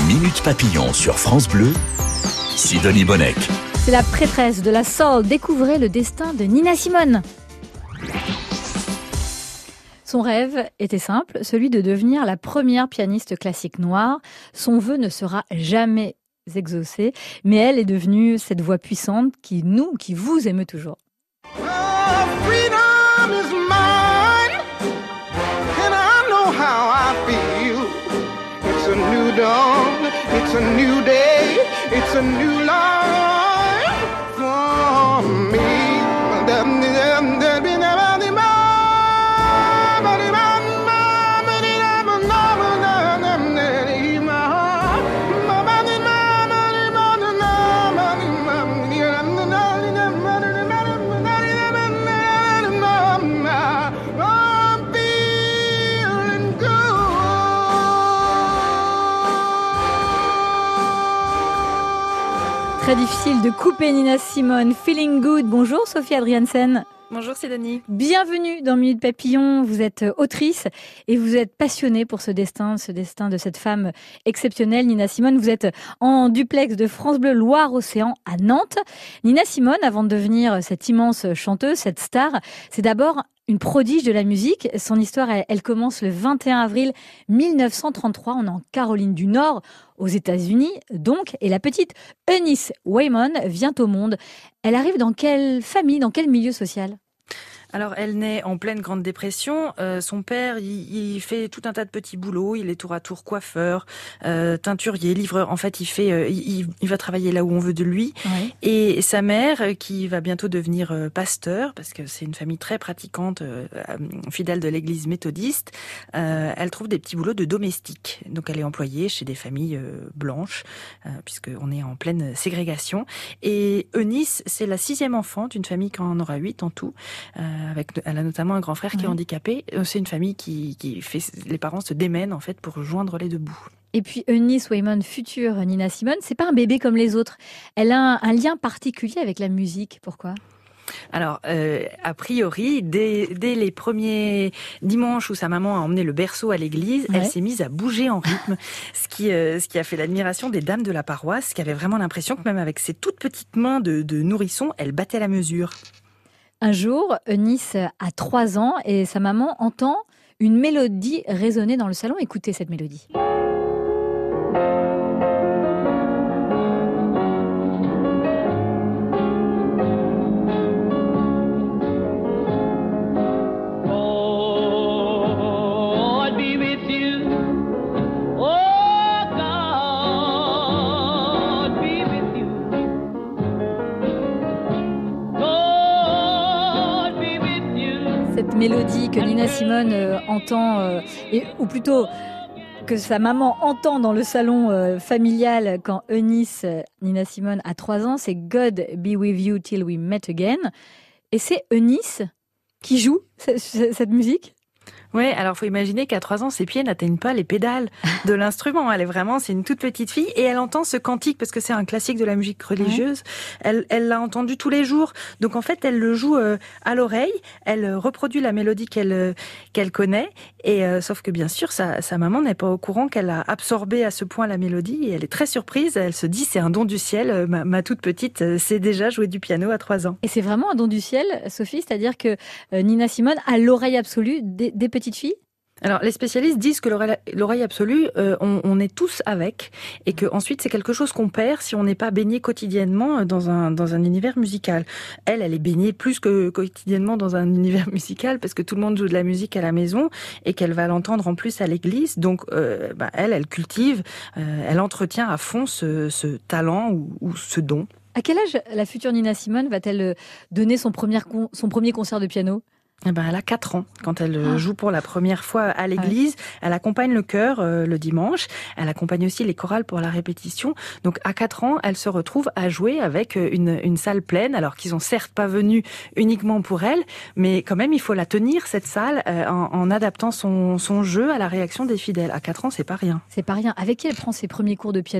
Minute Papillon sur France Bleu, Sidonie Bonnec. C'est la prêtresse de la soul. Découvrez le destin de Nina Simone. Son rêve était simple, celui de devenir la première pianiste classique noire. Son vœu ne sera jamais exaucé, mais elle est devenue cette voix puissante qui vous émeut toujours. Freedom is mine, and I know how I feel. It's a new dawn, it's a new day, it's a new life for me. Très difficile de couper Nina Simone. Feeling good. Bonjour Sophie Adriansen. Bonjour Sidonie. Bienvenue dans Minute Papillon. Vous êtes autrice et vous êtes passionnée pour ce destin de cette femme exceptionnelle, Nina Simone. Vous êtes en duplex de France Bleu Loire-Océan à Nantes. Nina Simone, avant de devenir cette immense chanteuse, cette star, c'est d'abord une prodige de la musique. Son histoire, elle commence le 21 avril 1933. On est en Caroline du Nord, aux États-Unis, donc. Et la petite Eunice Waymon vient au monde. Elle arrive dans quelle famille, dans quel milieu social ? Alors, elle naît en pleine Grande Dépression. Son père, il fait tout un tas de petits boulots. Il est tour à tour coiffeur, teinturier, livreur. En fait, il va travailler là où on veut de lui. Oui. Et sa mère, qui va bientôt devenir pasteur, parce que c'est une famille très pratiquante, fidèle de l'église méthodiste, elle trouve des petits boulots de domestique. Donc, elle est employée chez des familles blanches, puisqu'on est en pleine ségrégation. Et Eunice, c'est la 6e enfant d'une famille qui en aura 8 en tout. Elle a notamment un grand frère qui est handicapé. C'est une famille qui fait... Les parents se démènent en fait pour joindre les deux bouts. Et puis Eunice Waymon, future Nina Simone, c'est pas un bébé comme les autres. Elle a un lien particulier avec la musique. Pourquoi ? Alors, a priori, dès les premiers dimanches où sa maman a emmené le berceau à l'église, elle s'est mise à bouger en rythme, ce qui a fait l'admiration des dames de la paroisse, qui avaient vraiment l'impression que même avec ses toutes petites mains de nourrisson, elle battait la mesure. Un jour, Eunice a 3 ans et sa maman entend une mélodie résonner dans le salon. Écoutez cette mélodie. Cette mélodie que Nina Simone entend, ou plutôt que sa maman entend dans le salon familial quand Eunice, Nina Simone, a 3 ans, c'est « God be with you till we met again ». Et c'est Eunice qui joue cette musique. Ouais, alors faut imaginer qu'à 3 ans, ses pieds n'atteignent pas les pédales de l'instrument. C'est une toute petite fille et elle entend ce cantique parce que c'est un classique de la musique religieuse. Ouais. Elle l'a entendu tous les jours. Donc en fait, elle le joue à l'oreille. Elle reproduit la mélodie qu'elle connaît. Et sauf que bien sûr, sa maman n'est pas au courant qu'elle a absorbé à ce point la mélodie et elle est très surprise. Elle se dit c'est un don du ciel. Ma toute petite sait déjà jouer du piano à 3 ans. Et c'est vraiment un don du ciel, Sophie, c'est-à-dire que Nina Simone a l'oreille absolue des petites filles. Alors, les spécialistes disent que l'oreille absolue, on est tous avec, et que ensuite c'est quelque chose qu'on perd si on n'est pas baigné quotidiennement dans un univers musical. Elle est baignée plus que quotidiennement dans un univers musical, parce que tout le monde joue de la musique à la maison, et qu'elle va l'entendre en plus à l'église. Donc, elle cultive, elle entretient à fond ce talent ou ce don. À quel âge la future Nina Simone va-t-elle donner son premier concert de piano ? Elle a 4 ans quand elle joue pour la première fois à l'église. Elle accompagne le chœur le dimanche. Elle accompagne aussi les chorales pour la répétition. Donc à 4 ans, elle se retrouve à jouer avec une salle pleine. Alors qu'ils ont certes pas venu uniquement pour elle, mais quand même il faut la tenir cette salle en adaptant son jeu à la réaction des fidèles. À 4 ans, c'est pas rien. C'est pas rien. Avec qui elle prend ses premiers cours de piano ?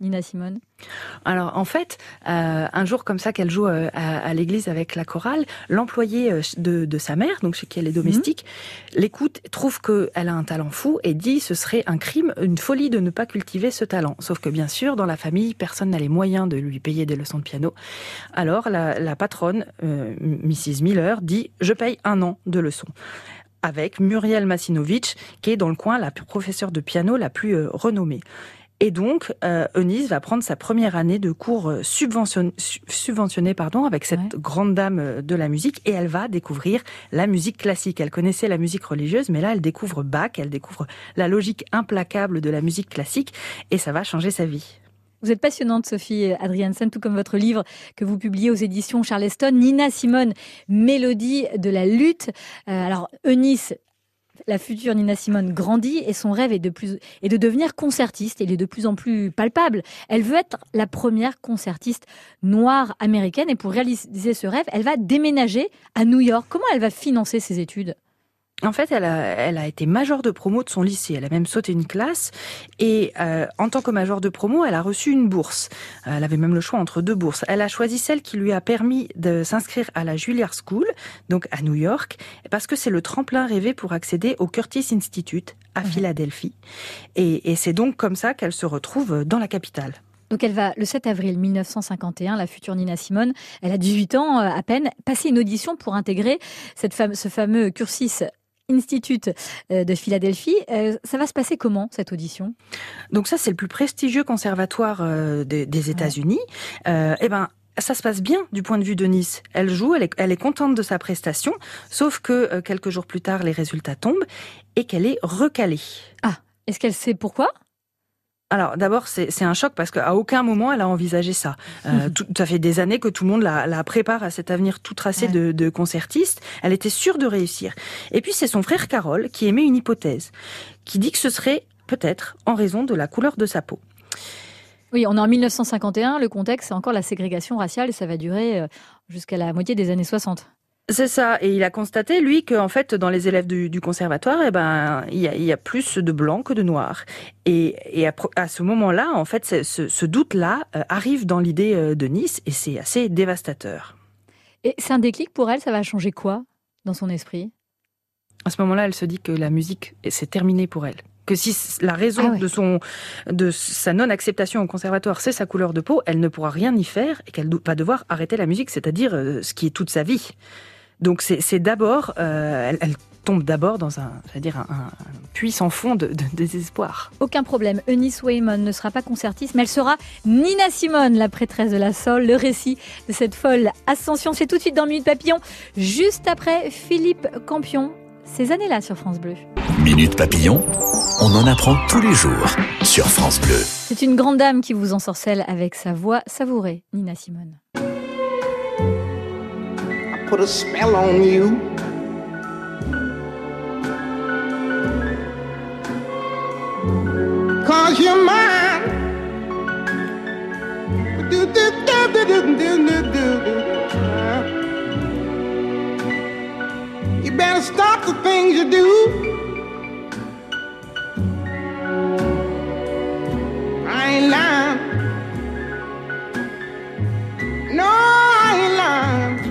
Nina Simone? Alors en fait, un jour comme ça qu'elle joue à l'église avec la chorale, l'employé de sa mère, donc chez qui elle est domestique, l'écoute, trouve qu'elle a un talent fou et dit ce serait un crime, une folie de ne pas cultiver ce talent. Sauf que bien sûr, dans la famille, personne n'a les moyens de lui payer des leçons de piano. Alors la patronne, Mrs. Miller, dit je paye 1 an de leçons. Avec Muriel Masinovic, qui est dans le coin la professeure de piano la plus renommée. Et donc, Eunice va prendre sa première année de cours subventionnés avec cette grande dame de la musique, et elle va découvrir la musique classique. Elle connaissait la musique religieuse, mais là, elle découvre Bach, elle découvre la logique implacable de la musique classique, et ça va changer sa vie. Vous êtes passionnante, Sophie Adriaansen, tout comme votre livre que vous publiez aux éditions Charleston, Nina Simone, Mélodie de la lutte. Alors, Eunice, la future Nina Simone, grandit et son rêve est de devenir concertiste. Il est de plus en plus palpable. Elle veut être la première concertiste noire américaine et pour réaliser ce rêve, elle va déménager à New York. Comment elle va financer ses études ? En fait, elle a été major de promo de son lycée. Elle a même sauté une classe. Et en tant que major de promo, elle a reçu une bourse. Elle avait même le choix entre 2 bourses. Elle a choisi celle qui lui a permis de s'inscrire à la Juilliard School, donc à New York, parce que c'est le tremplin rêvé pour accéder au Curtis Institute à Philadelphie. Et c'est donc comme ça qu'elle se retrouve dans la capitale. Donc elle va, le 7 avril 1951, la future Nina Simone, elle a 18 ans à peine, passer une audition pour intégrer ce fameux Curtis Institute de Philadelphie. Ça va se passer comment, cette audition ? Donc ça, c'est le plus prestigieux conservatoire des États-Unis. Ça se passe bien du point de vue de Nice. Elle joue, elle est contente de sa prestation, sauf que quelques jours plus tard, les résultats tombent et qu'elle est recalée. Ah, est-ce qu'elle sait pourquoi ? Alors d'abord, c'est un choc parce qu'à aucun moment elle a envisagé ça. Ça fait des années que tout le monde la prépare à cet avenir tout tracé de concertiste. Elle était sûre de réussir. Et puis c'est son frère Carol qui émet une hypothèse, qui dit que ce serait peut-être en raison de la couleur de sa peau. Oui, on est en 1951, le contexte c'est encore la ségrégation raciale et ça va durer jusqu'à la moitié des années 60. C'est ça, et il a constaté, lui, qu'en fait, dans les élèves du conservatoire, il y a plus de blancs que de noirs. Et à ce moment-là, en fait, ce doute-là arrive dans l'idée de Nice, et c'est assez dévastateur. Et c'est un déclic pour elle, ça va changer quoi dans son esprit ? À ce moment-là, elle se dit que la musique, c'est terminé pour elle. Que si la raison de sa non-acceptation au conservatoire, c'est sa couleur de peau, elle ne pourra rien y faire, et qu'elle va devoir arrêter la musique, c'est-à-dire ce qui est toute sa vie. Donc c'est d'abord, elle tombe d'abord dans un puits sans fond de désespoir. Aucun problème, Eunice Waymon ne sera pas concertiste, mais elle sera Nina Simone, la prêtresse de la soul. Le récit de cette folle ascension, c'est tout de suite dans Minute Papillon, juste après Philippe Campion, ces années-là sur France Bleu. Minute Papillon, on en apprend tous les jours sur France Bleu. C'est une grande dame qui vous ensorcelle avec sa voix savourée, Nina Simone. Put a spell on you. Cause you're mine. You better stop the things you do. I ain't lying. No, I ain't lying.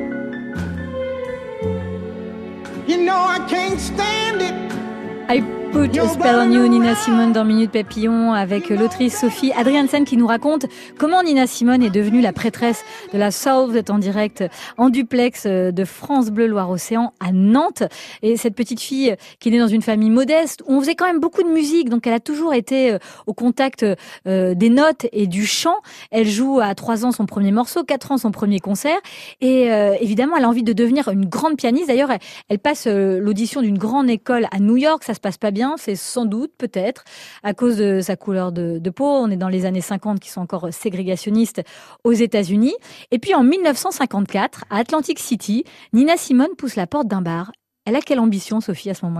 You know I can't stand it. I put a spell on you, Nina Simone dans Minute Papillon avec l'autrice Sophie Adriaansen qui nous raconte comment Nina Simone est devenue la prêtresse de la soul. Vous êtes en direct en duplex de France Bleu Loire-Océan à Nantes. Et cette petite fille qui est née dans une famille modeste où on faisait quand même beaucoup de musique, donc elle a toujours été au contact des notes et du chant. Elle joue à 3 ans son premier morceau, 4 ans son premier concert et évidemment elle a envie de devenir une grande pianiste. D'ailleurs elle passe l'audition d'une grande école à New York, ça se passe pas bien. C'est sans doute, peut-être, à cause de sa couleur de peau. On est dans les années 50 qui sont encore ségrégationnistes aux États-Unis. Et puis en 1954, à Atlantic City, Nina Simone pousse la porte d'un bar. Elle a quelle ambition, Sophie, à ce moment-là ?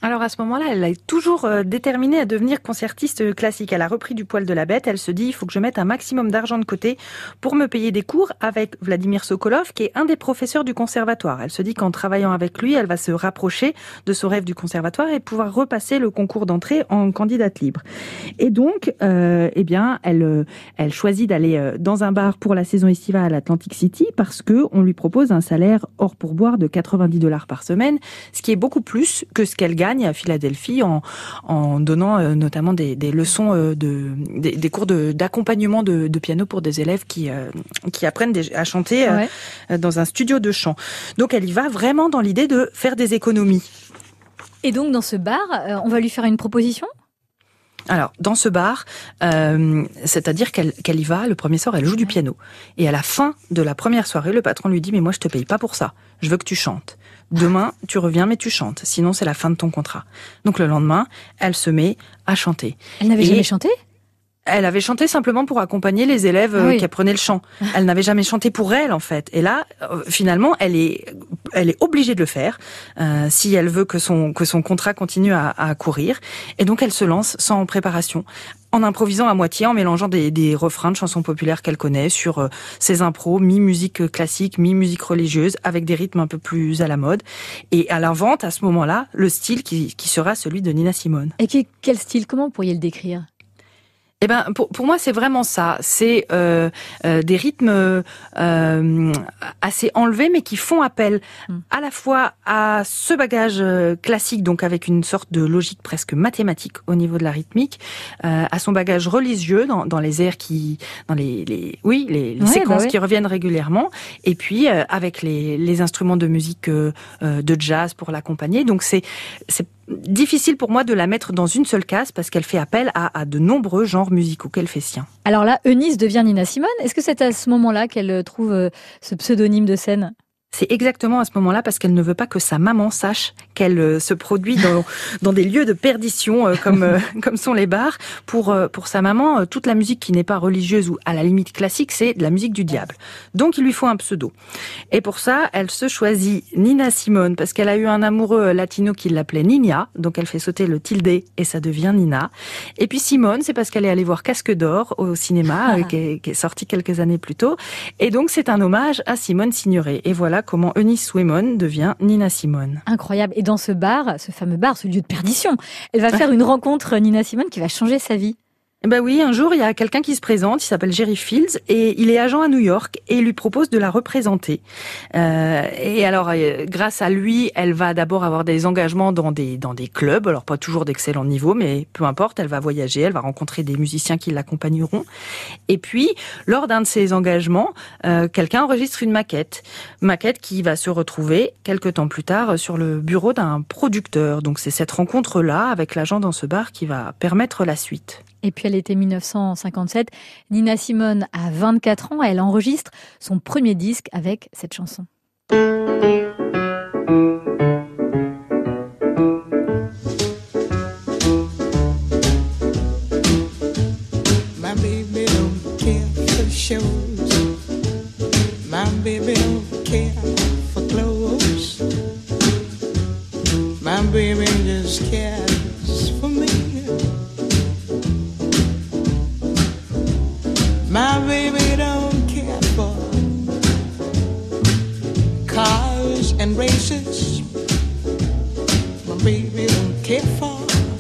Alors à ce moment-là, elle est toujours déterminée à devenir concertiste classique. Elle a repris du poil de la bête. Elle se dit, il faut que je mette un maximum d'argent de côté pour me payer des cours avec Vladimir Sokolov, qui est un des professeurs du conservatoire. Elle se dit qu'en travaillant avec lui, elle va se rapprocher de son rêve du conservatoire et pouvoir repasser le concours d'entrée en candidate libre. Et donc, eh bien, elle choisit d'aller dans un bar pour la saison estivale à Atlantic City parce que on lui propose un salaire hors pourboire de $90 par semaine, ce qui est beaucoup plus que ce qu'elle gagne à Philadelphie en donnant notamment des leçons des cours d'accompagnement de piano pour des élèves qui apprennent à chanter dans un studio de chant. Donc elle y va vraiment dans l'idée de faire des économies. Et donc dans ce bar, on va lui faire une proposition ? Alors, dans ce bar, c'est-à-dire qu'elle y va, le premier soir, elle joue du piano. Et à la fin de la première soirée, le patron lui dit « Mais moi, je te paye pas pour ça. Je veux que tu chantes. Demain, tu reviens, mais tu chantes. Sinon, c'est la fin de ton contrat. » Donc, le lendemain, elle se met à chanter. Elle n'avait jamais chanté ? Elle avait chanté simplement pour accompagner les élèves qui apprenaient le chant. Elle n'avait jamais chanté pour elle, en fait. Et là, finalement, elle est obligée de le faire si elle veut que son contrat continue à courir. Et donc, elle se lance sans préparation, en improvisant à moitié, en mélangeant des refrains de chansons populaires qu'elle connaît sur ses impros, mi-musique classique, mi-musique religieuse, avec des rythmes un peu plus à la mode. Et elle invente, à ce moment-là, le style qui sera celui de Nina Simone. Et quel style ? Comment vous pourriez le décrire ? Eh ben, pour moi, c'est vraiment ça. C'est des rythmes assez enlevés, mais qui font appel à la fois à ce bagage classique, donc avec une sorte de logique presque mathématique au niveau de la rythmique, à son bagage religieux dans les airs dans les séquences qui reviennent régulièrement, et puis avec les instruments de musique de jazz pour l'accompagner. Donc c'est difficile pour moi de la mettre dans une seule case parce qu'elle fait appel à de nombreux genres musicaux qu'elle fait sien. Alors là, Eunice devient Nina Simone. Est-ce que c'est à ce moment-là qu'elle trouve ce pseudomyme de scène ? C'est exactement à ce moment-là parce qu'elle ne veut pas que sa maman sache qu'elle se produit dans des lieux de perdition comme sont les bars. Pour sa maman, toute la musique qui n'est pas religieuse ou à la limite classique, c'est de la musique du diable. Donc il lui faut un pseudo. Et pour ça, elle se choisit Nina Simone parce qu'elle a eu un amoureux latino qui l'appelait Nina, donc elle fait sauter le tilde et ça devient Nina. Et puis Simone, c'est parce qu'elle est allée voir Casque d'Or au cinéma, qui est sorti quelques années plus tôt. Et donc c'est un hommage à Simone Signoret. Et voilà comment Eunice Swimon devient Nina Simone. Incroyable. Et dans ce bar, ce fameux bar, ce lieu de perdition, elle va faire une rencontre, Nina Simone, qui va changer sa vie. Ben oui, un jour, il y a quelqu'un qui se présente, il s'appelle Jerry Fields, et il est agent à New York, et il lui propose de la représenter. Et alors, grâce à lui, elle va d'abord avoir des engagements dans des clubs, alors pas toujours d'excellent niveau, mais peu importe, elle va voyager, elle va rencontrer des musiciens qui l'accompagneront. Et puis, lors d'un de ces engagements, quelqu'un enregistre une maquette qui va se retrouver quelques temps plus tard sur le bureau d'un producteur. Donc c'est cette rencontre-là avec l'agent dans ce bar qui va permettre la suite. Et puis elle était 1957. Nina Simone a 24 ans. Elle enregistre son premier disque avec cette chanson. My baby don't care for shows. My baby don't care for clothes. My baby just cares for me. My baby don't care for cars and races. My baby don't care for.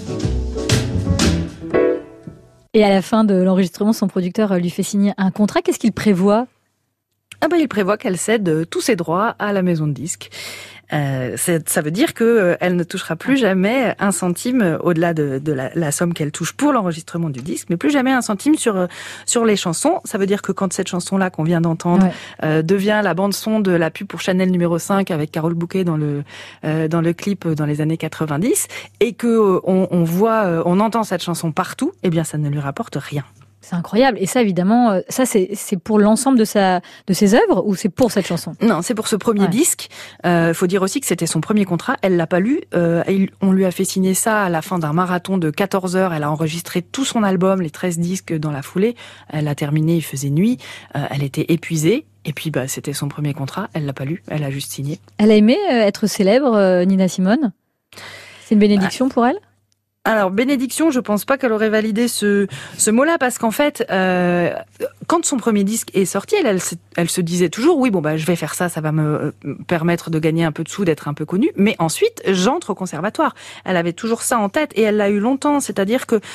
Et à la fin de l'enregistrement, son producteur lui fait signer un contrat. Qu'est-ce qu'il prévoit ? Il prévoit qu'elle cède tous ses droits à la maison de disques. Ça veut dire qu'elle ne touchera plus jamais un centime au-delà de la somme qu'elle touche pour l'enregistrement du disque, mais plus jamais un centime sur les chansons. Ça veut dire que quand cette chanson-là qu'on vient d'entendre devient la bande-son de la pub pour Chanel numéro 5 avec Carole Bouquet dans le clip dans les années 90 et que on entend cette chanson partout, eh bien ça ne lui rapporte rien. C'est incroyable. Et ça, évidemment, ça c'est pour l'ensemble de ses œuvres ou c'est pour cette chanson ? Non, c'est pour ce premier disque. Faut dire aussi que c'était son premier contrat. Elle l'a pas lu. On lui a fait signer ça à la fin d'un marathon de 14 heures. Elle a enregistré tout son album, les 13 disques dans la foulée. Elle a terminé, il faisait nuit. Elle était épuisée. Et puis, c'était son premier contrat. Elle l'a pas lu. Elle a juste signé. Elle a aimé être célèbre, Nina Simone ? C'est une bénédiction pour elle ? Alors, bénédiction, je pense pas qu'elle aurait validé ce mot-là, parce qu'en fait, quand son premier disque est sorti, elle se disait toujours, oui, je vais faire ça, ça va me permettre de gagner un peu de sous, d'être un peu connue, mais ensuite, j'entre au conservatoire. Elle avait toujours ça en tête, et elle l'a eu longtemps, c'est-à-dire que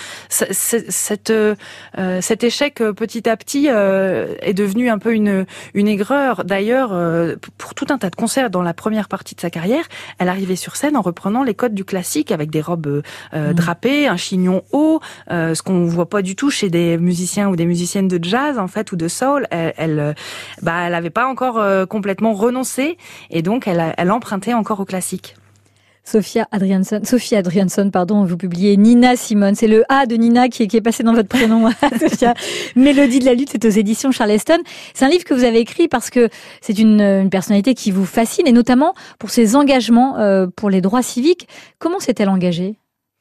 cet échec, petit à petit, est devenu un peu une aigreur. D'ailleurs, pour tout un tas de concerts dans la première partie de sa carrière, elle arrivait sur scène en reprenant les codes du classique, avec des robes drapé, un chignon haut, ce qu'on voit pas du tout chez des musiciens ou des musiciennes de jazz en fait ou de soul. Elle avait pas encore complètement renoncé et donc elle empruntait encore au classique. Sophie Adriansson, vous publiez Nina Simone. C'est le A de Nina qui est passé dans votre prénom, Sophia. Mélodie de la lutte, c'est aux éditions Charleston. C'est un livre que vous avez écrit parce que c'est une personnalité qui vous fascine et notamment pour ses engagements pour les droits civiques. Comment s'est-elle engagée ?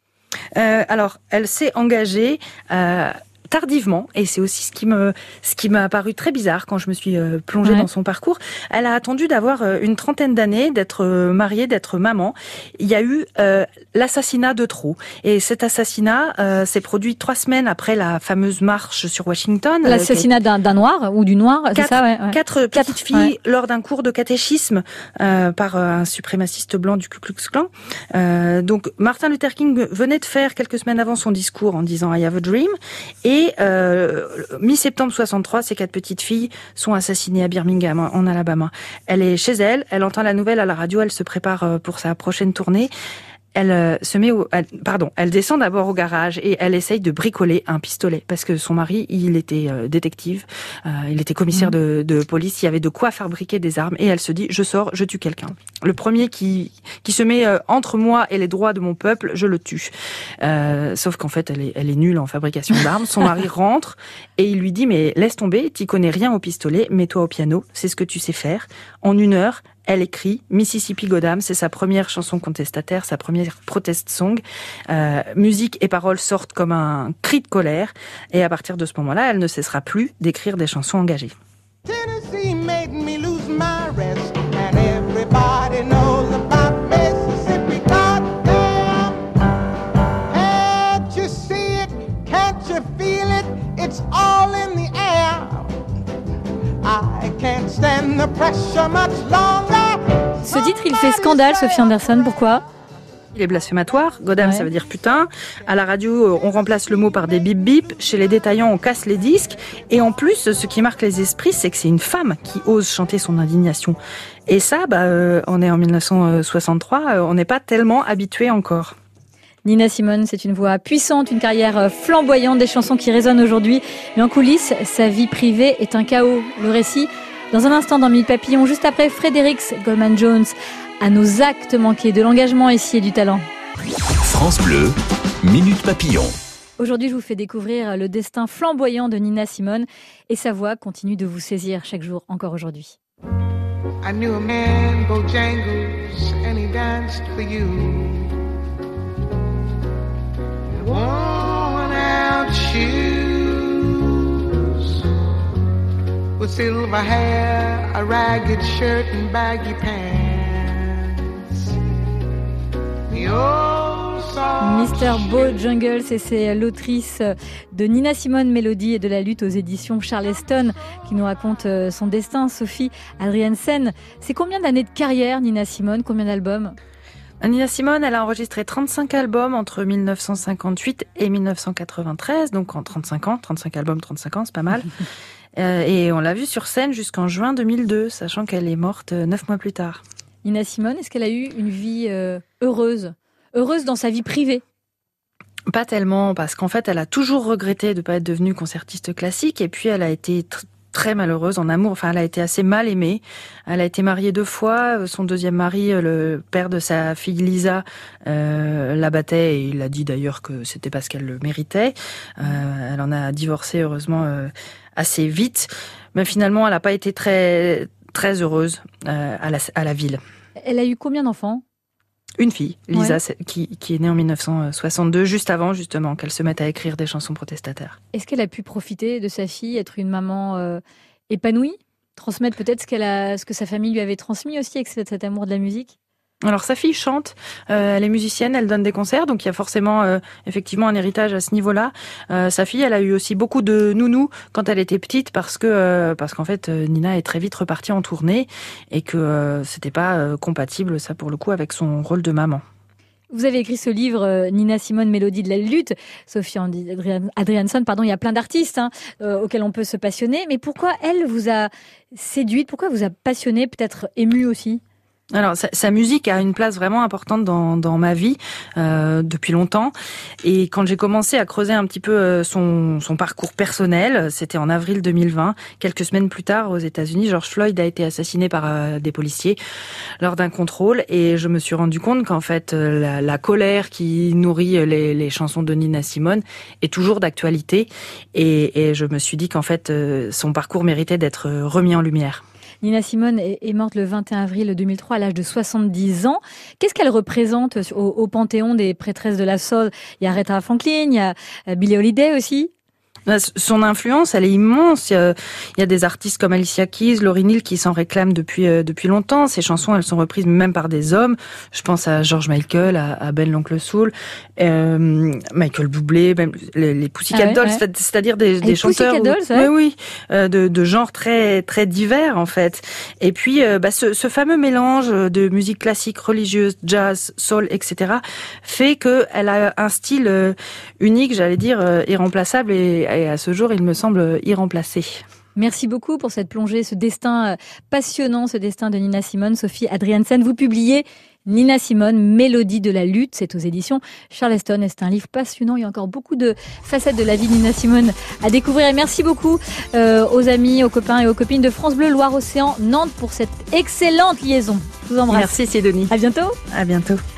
Alors, elle s'est engagée tardivement, et c'est aussi ce qui m'a paru très bizarre quand je me suis plongée dans son parcours. Elle a attendu d'avoir une trentaine d'années, d'être mariée, d'être maman. Il y a eu l'assassinat de trop, et cet assassinat s'est produit 3 semaines après la fameuse marche sur Washington. L'assassinat d'un noir ou du noir, c'est ça, ouais. 4 petites filles lors d'un cours de catéchisme par un suprémaciste blanc du Ku Klux Klan. Donc Martin Luther King venait de faire quelques semaines avant son discours en disant I have a dream, et mi-septembre 63, ces 4 petites filles sont assassinées à Birmingham, en Alabama. Elle est chez elle, elle entend la nouvelle à la radio, elle se prépare pour sa prochaine tournée. Elle descend d'abord au garage et elle essaye de bricoler un pistolet parce que son mari, il était détective, il était commissaire de police, il y avait de quoi fabriquer des armes et elle se dit je sors, je tue quelqu'un. Le premier qui se met entre moi et les droits de mon peuple, je le tue. Sauf qu'en fait, elle est nulle en fabrication d'armes. Son mari rentre et il lui dit mais laisse tomber, t'y connais rien au pistolet, mets-toi au piano, c'est ce que tu sais faire. En 1 heure, elle écrit Mississippi Goddam, c'est sa première chanson contestataire, sa première protest song. Musique et paroles sortent comme un cri de colère. Et à partir de ce moment-là, elle ne cessera plus d'écrire des chansons engagées. Tennessee made me lose my rest, and everybody knows about Mississippi. Goddamn, can't you see it? Can't you feel it? It's all in the air. I can't stand the pressure much longer. Ce titre, il fait scandale, Sophie Anderson. Pourquoi ? Il est blasphématoire. Goddam, ça veut dire putain. À la radio, on remplace le mot par des bip bip. Chez les détaillants, on casse les disques. Et en plus, ce qui marque les esprits, c'est que c'est une femme qui ose chanter son indignation. Et ça, on est en 1963, on n'est pas tellement habitué encore. Nina Simone, c'est une voix puissante, une carrière flamboyante, des chansons qui résonnent aujourd'hui. Mais en coulisses, sa vie privée est un chaos. Le récit, dans un instant dans Minute Papillon, juste après Fredericks, Goldman Jones, à nos actes manqués, de l'engagement ici et du talent. France Bleu, Minute Papillon. Aujourd'hui, je vous fais découvrir le destin flamboyant de Nina Simone et sa voix continue de vous saisir chaque jour, encore aujourd'hui. I knew a man, Bojangles, and he danced for you. Worn out shoes with silver hair, a ragged shirt and baggy pants. The old soft Mr. Bojangles, et c'est l'autrice de Nina Simone, Mélodie et de la lutte aux éditions Charleston qui nous raconte son destin. Sophie Adriansson, c'est combien d'années de carrière Nina Simone, combien d'albums ? Nina Simone, elle a enregistré 35 albums entre 1958 et 1993, donc en 35 ans, 35 albums, 35 ans, c'est pas mal. Et on l'a vue sur scène jusqu'en juin 2002, sachant qu'elle est morte 9 mois plus tard. Nina Simone, est-ce qu'elle a eu une vie heureuse dans sa vie privée ? Pas tellement, parce qu'en fait, elle a toujours regretté de ne pas être devenue concertiste classique, et puis elle a été très malheureuse en amour. Enfin, elle a été assez mal aimée. Elle a été mariée 2 fois. Son deuxième mari, le père de sa fille Lisa, la battait, et il a dit d'ailleurs que c'était parce qu'elle le méritait. Elle en a divorcé, heureusement, assez vite. Mais finalement, elle n'a pas été très, très heureuse à la ville. Elle a eu combien d'enfants ? Une fille, Lisa, qui est née en 1962, juste avant justement qu'elle se mette à écrire des chansons protestataires. Est-ce qu'elle a pu profiter de sa fille, être une maman épanouie, transmettre peut-être ce que sa famille lui avait transmis aussi avec cet amour de la musique ? Alors sa fille chante, elle est musicienne, elle donne des concerts, donc il y a forcément effectivement un héritage à ce niveau-là. Sa fille, elle a eu aussi beaucoup de nounous quand elle était petite parce qu'en fait Nina est très vite repartie en tournée et que c'était pas compatible ça pour le coup avec son rôle de maman. Vous avez écrit ce livre, Nina Simone, Mélodie de la lutte. Sophie Adriansson, il y a plein d'artistes auxquels on peut se passionner. Mais pourquoi elle vous a séduite? Pourquoi vous a passionné, peut-être émue aussi? Alors sa musique a une place vraiment importante dans ma vie depuis longtemps, et quand j'ai commencé à creuser un petit peu son parcours personnel, c'était en avril 2020, quelques semaines plus tard aux États-Unis, George Floyd a été assassiné par des policiers lors d'un contrôle, et je me suis rendu compte qu'en fait la colère qui nourrit les chansons de Nina Simone est toujours d'actualité, et je me suis dit qu'en fait son parcours méritait d'être remis en lumière. Nina Simone est morte le 21 avril 2003 à l'âge de 70 ans. Qu'est-ce qu'elle représente au panthéon des prêtresses de la soul? Il y a Aretha Franklin, il y a Billie Holiday aussi. Son influence, elle est immense. Il y a des artistes comme Alicia Keys, Lauryn Hill qui s'en réclament depuis longtemps. Ces chansons, elles sont reprises même par des hommes. Je pense à George Michael, à Ben l'Oncle Soul, Michael Bublé, même les Pussycat Dolls, c'est-à-dire des chanteurs, de genres très très divers en fait. Et puis ce fameux mélange de musique classique, religieuse, jazz, soul, etc. fait que elle a un style unique, j'allais dire irremplaçable, et à ce jour, il me semble irremplacé. Merci beaucoup pour cette plongée, ce destin passionnant, ce destin de Nina Simone. Sophie Adriansson, vous publiez Nina Simone, Mélodie de la lutte. C'est aux éditions Charleston et c'est un livre passionnant. Il y a encore beaucoup de facettes de la vie de Nina Simone à découvrir. Et merci beaucoup aux amis, aux copains et aux copines de France Bleu Loire-Océan Nantes pour cette excellente liaison. Je vous embrasse. Merci Sidonie. À bientôt. À bientôt.